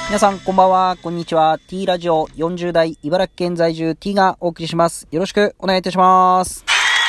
皆さんこんばんは、こんにちは。T ラジオ40代茨城県在住 T がお送りします。よろしくお願いいたします。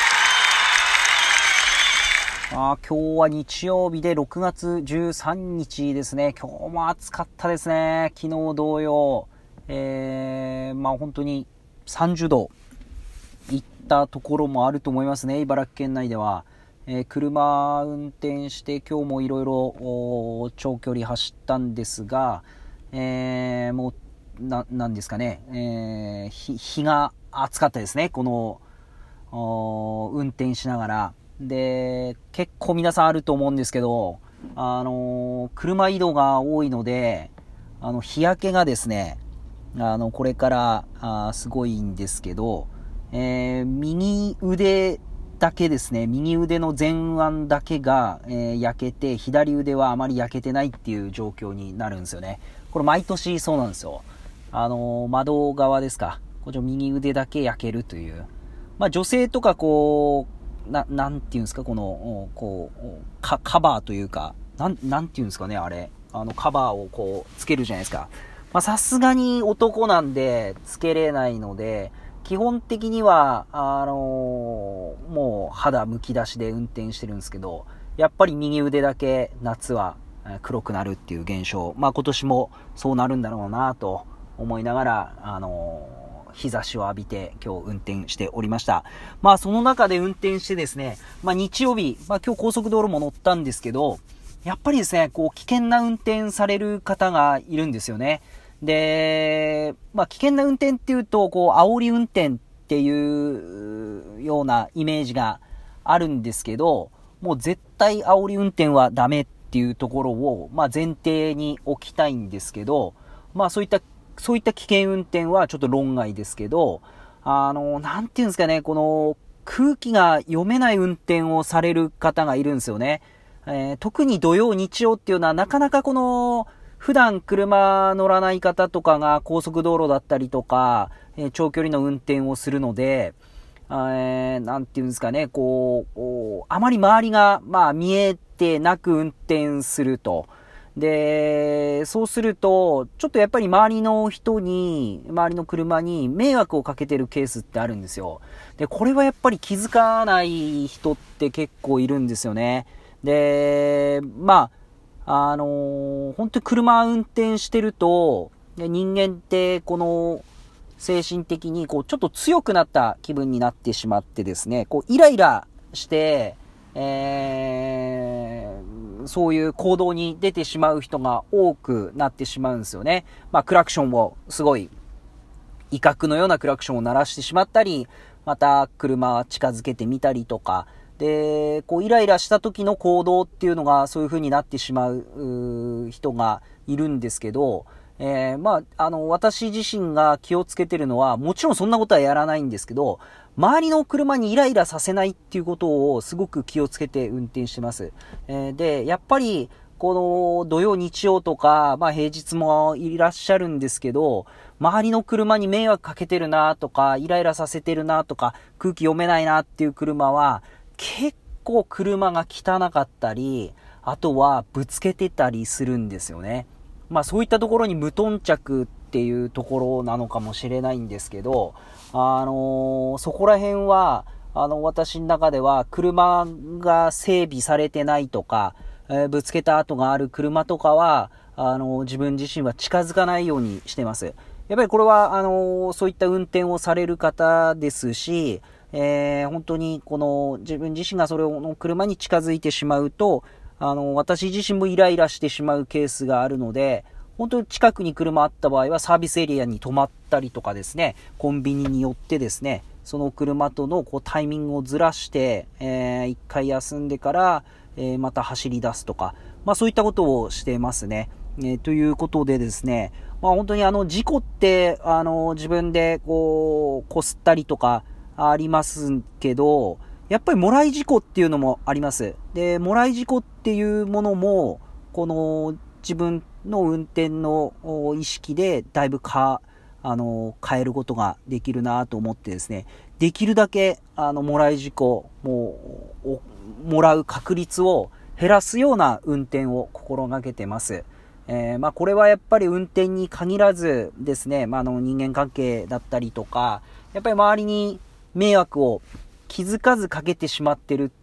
今日は日曜日で6月13日ですね。今日も暑かったですね。昨日同様、本当に30度いったところもあると思いますね。茨城県内では。車運転して今日もいろいろ長距離走ったんですが、もうなんですかね、日が暑かったですね。この運転しながらで、結構皆さんあると思うんですけど、車移動が多いので日焼けがですね、これからすごいんですけど、右腕だけですね、右腕の前腕だけが、焼けて、左腕はあまり焼けてないっていう状況になるんですよね。これ毎年そうなんですよ。窓側ですか、こっ右腕だけ焼けるという。女性とかなんていうんですか、カバーというか、なんていうんですかね、あれ。カバーをつけるじゃないですか。さすがに男なんでつけれないので、基本的には、もう肌むき出しで運転してるんですけど、やっぱり右腕だけ夏は黒くなるっていう現象。今年もそうなるんだろうなと思いながら、日差しを浴びて今日運転しておりました。その中で運転してですね、日曜日、今日高速道路も乗ったんですけど、やっぱりですね、危険な運転される方がいるんですよね。で、危険な運転っていうと、煽り運転っていうようなイメージがあるんですけど、もう絶対煽り運転はダメっていうところを、前提に置きたいんですけど、そういった危険運転はちょっと論外ですけど、なんていうんですかね、この空気が読めない運転をされる方がいるんですよね。特に土曜、日曜っていうのはなかなか普段車乗らない方とかが高速道路だったりとか、長距離の運転をするので、なんていうんですかね、あまり周りが、見えてなく運転すると。で、そうすると、ちょっとやっぱり周りの車に迷惑をかけてるケースってあるんですよ。で、これはやっぱり気づかない人って結構いるんですよね。で、本当に車運転してると、人間って精神的にちょっと強くなった気分になってしまってですね、イライラして、そういう行動に出てしまう人が多くなってしまうんですよね。クラクションをすごい威嚇のようなクラクションを鳴らしてしまったり、また車近づけてみたりとか、で、イライラした時の行動っていうのがそういう風になってしまう人がいるんですけど、私自身が気をつけてるのは、もちろんそんなことはやらないんですけど、周りの車にイライラさせないっていうことをすごく気をつけて運転してます。で、やっぱり、土曜日曜とか、平日もいらっしゃるんですけど、周りの車に迷惑かけてるなとか、イライラさせてるなとか、空気読めないなっていう車は、結構車が汚かったり、あとはぶつけてたりするんですよね。そういったところに無頓着っていうところなのかもしれないんですけど、そこら辺は、私の中では車が整備されてないとか、ぶつけた跡がある車とかは、自分自身は近づかないようにしてます。やっぱりこれは、そういった運転をされる方ですし、本当に自分自身がそれを車に近づいてしまうと、私自身もイライラしてしまうケースがあるので、本当に近くに車あった場合はサービスエリアに止まったりとかですね、コンビニに寄ってですね、その車とのタイミングをずらして、一回休んでから、また走り出すとか、そういったことをしてますね。ということでですね、本当に事故って、自分でこすったりとかありますけど、やっぱりもらい事故っていうのもあります。で、もらい事故っていうものも、自分の運転の意識でだいぶ変えることができるなと思ってですね、できるだけ、もらい事故もらう確率を減らすような運転を心がけてます。 これはやっぱり運転に限らずですね、人間関係だったりとか、やっぱり周りに迷惑を気づかずかけてしまってるって、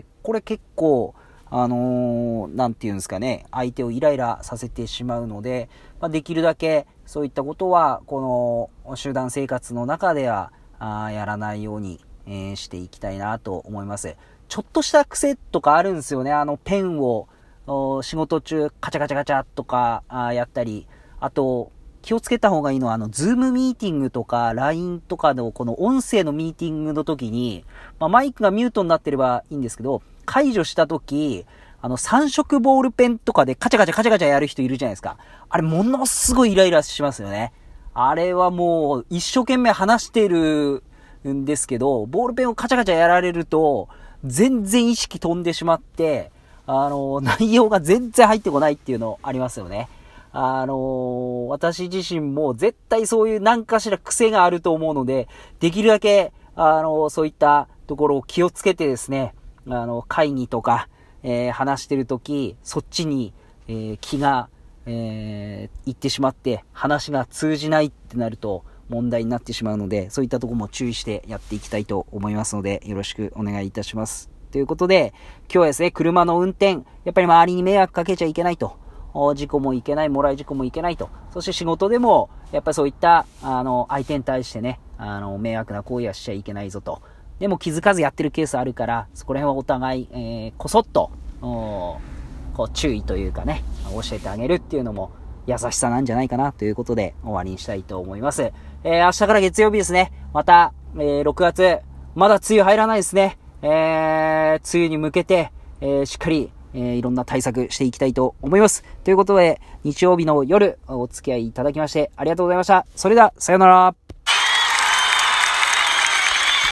これ結構、なんていうんですかね、相手をイライラさせてしまうので、できるだけそういったことは、この集団生活の中では、やらないように、していきたいなと思います。ちょっとした癖とかあるんですよね。ペンを、仕事中カチャカチャカチャとかやったり、あと気をつけた方がいいのはズームミーティングとか LINE とかのこの音声のミーティングの時に、マイクがミュートになってればいいんですけど、解除した時3色ボールペンとかでカチャカチャカチャカチャやる人いるじゃないですか。あれものすごいイライラしますよね。あれはもう一生懸命話してるんですけど、ボールペンをカチャカチャやられると全然意識飛んでしまって、内容が全然入ってこないっていうのありますよね。私自身も絶対そういう何かしら癖があると思うので、できるだけ、そういったところを気をつけてですね、会議とか、話してるとき、そっちに、気が、行ってしまって、話が通じないってなると問題になってしまうので、そういったところも注意してやっていきたいと思いますので、よろしくお願いいたします。ということで、今日はですね、車の運転、やっぱり周りに迷惑かけちゃいけないと。事故もいけない、もらい事故もいけないと。そして仕事でも、やっぱりそういった、相手に対してね、迷惑な行為はしちゃいけないぞと。でも気づかずやってるケースあるから、そこら辺はお互い、こそっと、こう注意というかね、教えてあげるっていうのも優しさなんじゃないかなということで終わりにしたいと思います。明日から月曜日ですね。また、6月、まだ梅雨入らないですね。梅雨に向けて、しっかり、いろんな対策していきたいと思います。ということで、日曜日の夜、お付き合いいただきましてありがとうございました。それでは、さようなら。